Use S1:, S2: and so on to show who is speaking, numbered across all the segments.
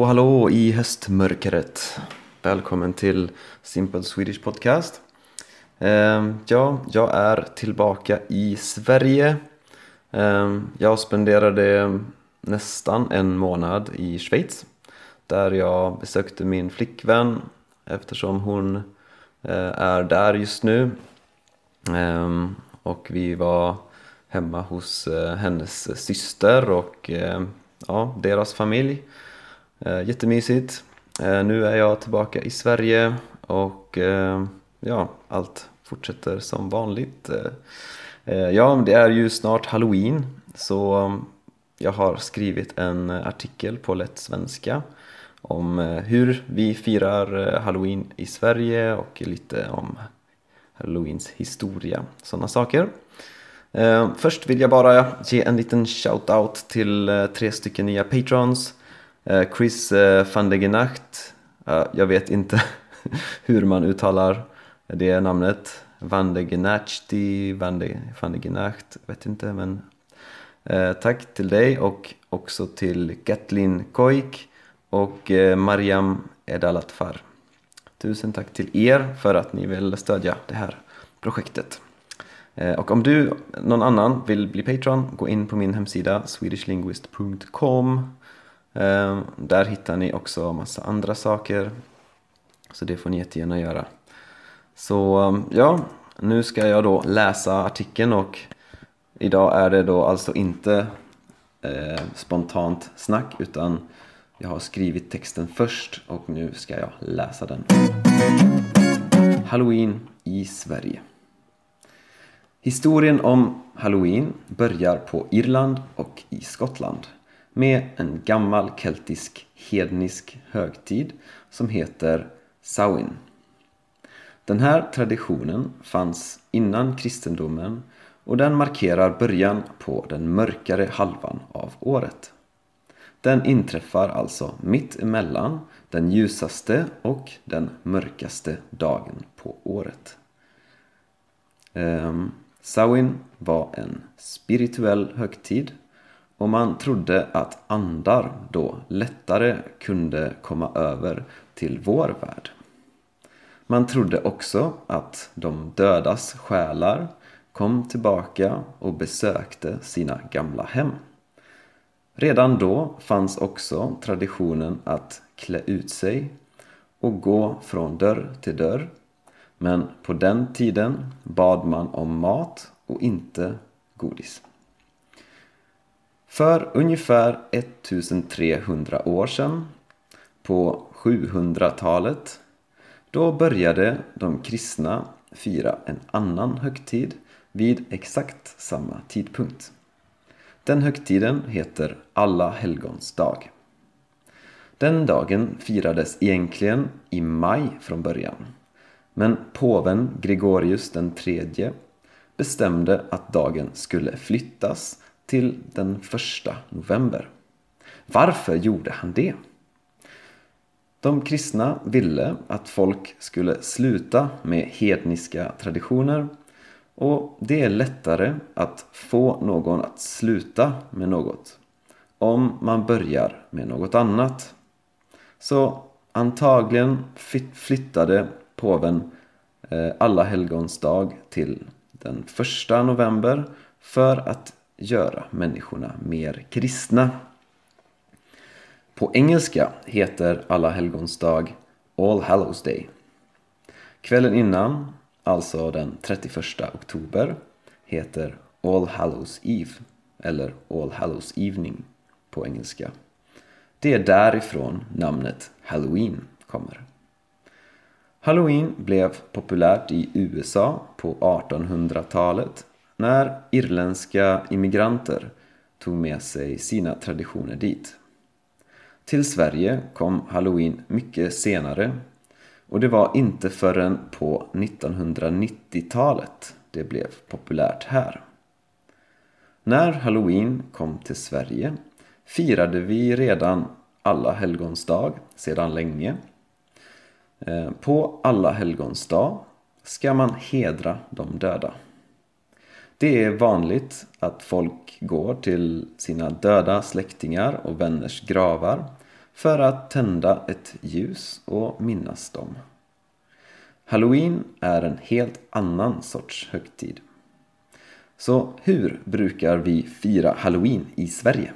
S1: Hallå i höstmörkret. Välkommen till Simple Swedish Podcast. Jag är tillbaka i Sverige. Jag spenderade nästan en månad i Schweiz, där jag besökte min flickvän eftersom hon är där just nu. Och vi var hemma hos hennes syster och deras familj. Jättemysigt. Nu är jag tillbaka i Sverige och allt fortsätter som vanligt. Det är ju snart Halloween, så jag har skrivit en artikel på lätt svenska om hur vi firar Halloween i Sverige och lite om Halloweens historia, sådana saker. Först vill jag bara ge en liten shoutout till 3 stycken nya patrons. Chris van de Genacht, jag vet inte hur man uttalar det namnet. Van de Genachti, van de Genacht, vet inte, men tack till dig, och också till Gatlin Koik och Mariam Edalatfar. Tusen tack till er för att ni vill stödja det här projektet. Och om någon annan vill bli patron, gå in på min hemsida swedishlinguist.com. Där hittar ni också massa andra saker, så det får ni jättegärna göra. Så nu ska jag då läsa artikeln, och idag är det då alltså inte spontant snack, utan jag har skrivit texten först och nu ska jag läsa den. Halloween i Sverige. Historien om Halloween börjar på Irland och i Skottland med en gammal keltisk hednisk högtid som heter Samhain. Den här traditionen fanns innan kristendomen, och den markerar början på den mörkare halvan av året. Den inträffar alltså mitt emellan den ljusaste och den mörkaste dagen på året. Samhain var en spirituell högtid, och man trodde att andar då lättare kunde komma över till vår värld. Man trodde också att de dödas själar kom tillbaka och besökte sina gamla hem. Redan då fanns också traditionen att klä ut sig och gå från dörr till dörr, men på den tiden bad man om mat och inte godis. För ungefär 1300 år sedan, på 700-talet, då började de kristna fira en annan högtid vid exakt samma tidpunkt. Den högtiden heter Alla helgons dag. Den dagen firades egentligen i maj från början, men påven Gregorius den tredje bestämde att dagen skulle flyttas till den 1 november. Varför gjorde han det? De kristna ville att folk skulle sluta med hedniska traditioner, och det är lättare att få någon att sluta med något om man börjar med något annat. Så antagligen flyttade påven Alla helgons dag till den 1 november för att göra människorna mer kristna. På engelska heter Alla helgons dag All Hallows Day. Kvällen innan, alltså den 31 oktober, heter All Hallows Eve, eller All Hallows Evening på engelska. Det är därifrån namnet Halloween kommer. Halloween blev populärt i USA på 1800-talet när irländska immigranter tog med sig sina traditioner dit. Till Sverige kom Halloween mycket senare, och det var inte förrän på 1990-talet det blev populärt här. När Halloween kom till Sverige firade vi redan Alla helgons dag sedan länge. På Alla helgons dag ska man hedra de döda. Det är vanligt att folk går till sina döda släktingar och vänners gravar för att tända ett ljus och minnas dem. Halloween är en helt annan sorts högtid. Så hur brukar vi fira Halloween i Sverige?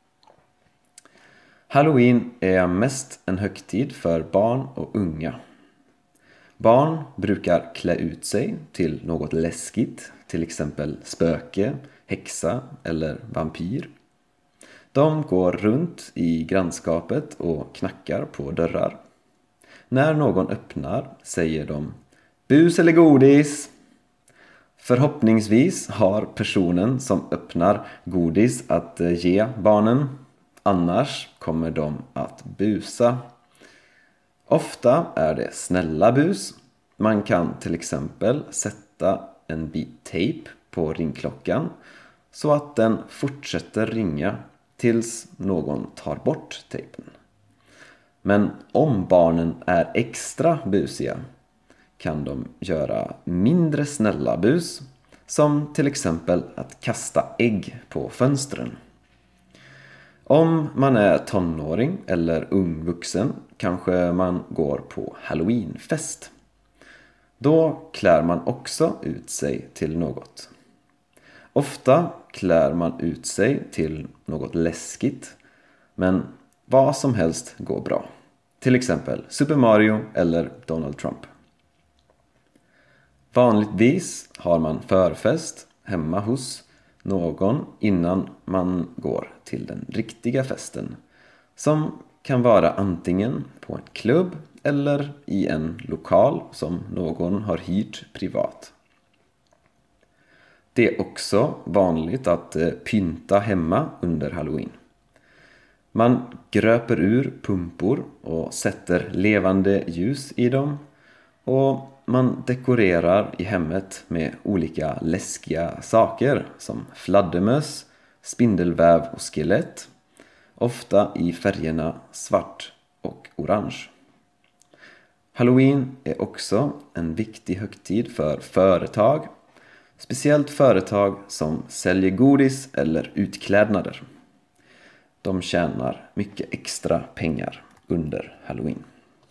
S1: Halloween är mest en högtid för barn och unga. Barn brukar klä ut sig till något läskigt, till exempel spöke, häxa eller vampyr. De går runt i grannskapet och knackar på dörrar. När någon öppnar säger de bus eller godis. Förhoppningsvis har personen som öppnar godis att ge barnen. Annars kommer de att busa. Ofta är det snälla bus. Man kan till exempel sätta en bit tejp på ringklockan så att den fortsätter ringa tills någon tar bort tejpen. Men om barnen är extra busiga kan de göra mindre snälla bus, som till exempel att kasta ägg på fönstren. Om man är tonåring eller ung vuxen kanske man går på Halloweenfest. Då klär man också ut sig till något. Ofta klär man ut sig till något läskigt, men vad som helst går bra. Till exempel Super Mario eller Donald Trump. Vanligtvis har man förfest hemma hos någon innan man går till den riktiga festen, som kan vara antingen på en klubb eller i en lokal som någon har hyrt privat. Det är också vanligt att pynta hemma under Halloween. Man gröper ur pumpor och sätter levande ljus i dem, och man dekorerar i hemmet med olika läskiga saker som fladdermöss, spindelväv och skelett, ofta i färgerna svart och orange. Halloween är också en viktig högtid för företag, speciellt företag som säljer godis eller utklädnader. De tjänar mycket extra pengar under Halloween.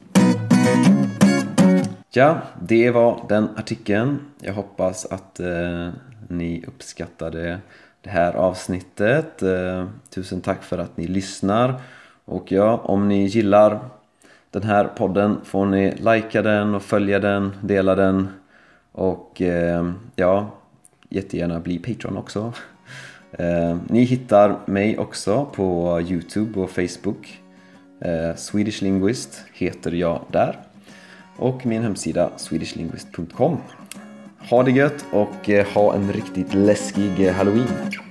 S1: Ja, det var den artikeln. Jag hoppas att ni uppskattade det här avsnittet. Tusen tack för att ni lyssnar. Och ja, om ni gillar den här podden får ni likea den och följa den, dela den. Och ja, jättegärna bli Patreon också. Ni hittar mig också på YouTube och Facebook. Swedish Linguist heter jag där. Och min hemsida swedishlinguist.com. Ha det gött och ha en riktigt läskig Halloween.